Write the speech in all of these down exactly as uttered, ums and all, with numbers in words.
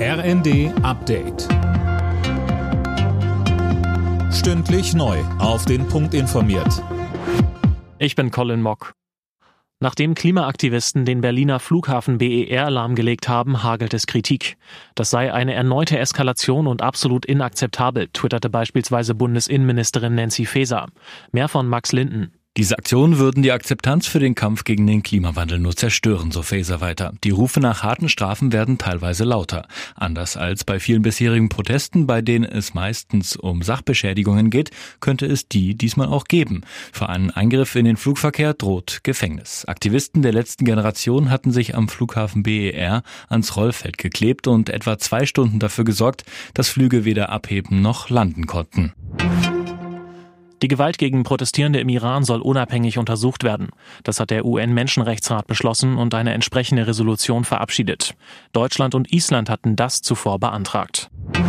R N D Update. Stündlich neu auf den Punkt informiert. Ich bin Colin Mock. Nachdem Klimaaktivisten den Berliner Flughafen B E R lahmgelegt haben, hagelt es Kritik. Das sei eine erneute Eskalation und absolut inakzeptabel, twitterte beispielsweise Bundesinnenministerin Nancy Faeser. Mehr von Max Linden. Diese Aktionen würden die Akzeptanz für den Kampf gegen den Klimawandel nur zerstören, so Faeser weiter. Die Rufe nach harten Strafen werden teilweise lauter. Anders als bei vielen bisherigen Protesten, bei denen es meistens um Sachbeschädigungen geht, könnte es die diesmal auch geben. Für einen Eingriff in den Flugverkehr droht Gefängnis. Aktivisten der letzten Generation hatten sich am Flughafen B E R ans Rollfeld geklebt und etwa zwei Stunden dafür gesorgt, dass Flüge weder abheben noch landen konnten. Die Gewalt gegen Protestierende im Iran soll unabhängig untersucht werden. Das hat der U N-Menschenrechtsrat beschlossen und eine entsprechende Resolution verabschiedet. Deutschland und Island hatten das zuvor beantragt.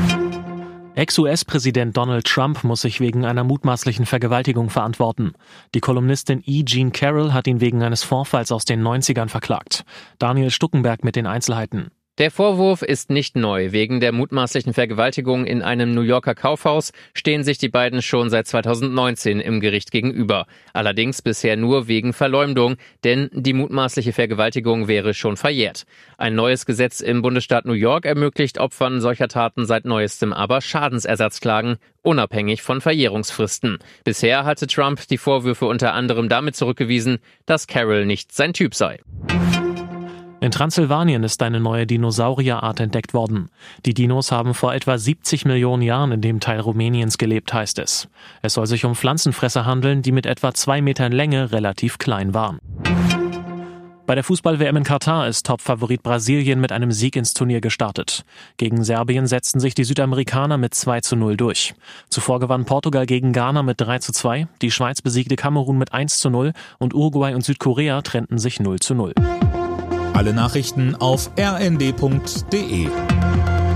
Ex-U S-Präsident Donald Trump muss sich wegen einer mutmaßlichen Vergewaltigung verantworten. Die Kolumnistin E. Jean Carroll hat ihn wegen eines Vorfalls aus den neunzigern verklagt. Daniel Stuckenberg mit den Einzelheiten. Der Vorwurf ist nicht neu. Wegen der mutmaßlichen Vergewaltigung in einem New Yorker Kaufhaus stehen sich die beiden schon seit zweitausendneunzehn im Gericht gegenüber. Allerdings bisher nur wegen Verleumdung, denn die mutmaßliche Vergewaltigung wäre schon verjährt. Ein neues Gesetz im Bundesstaat New York ermöglicht Opfern solcher Taten seit neuestem aber Schadensersatzklagen, unabhängig von Verjährungsfristen. Bisher hatte Trump die Vorwürfe unter anderem damit zurückgewiesen, dass Carroll nicht sein Typ sei. In Transsilvanien ist eine neue Dinosaurierart entdeckt worden. Die Dinos haben vor etwa siebzig Millionen Jahren in dem Teil Rumäniens gelebt, heißt es. Es soll sich um Pflanzenfresser handeln, die mit etwa zwei Metern Länge relativ klein waren. Bei der Fußball-W M in Katar ist Topfavorit Brasilien mit einem Sieg ins Turnier gestartet. Gegen Serbien setzten sich die Südamerikaner mit zwei zu null durch. Zuvor gewann Portugal gegen Ghana mit drei zu zwei, die Schweiz besiegte Kamerun mit eins zu null und Uruguay und Südkorea trennten sich null zu null. Alle Nachrichten auf r n d punkt d e.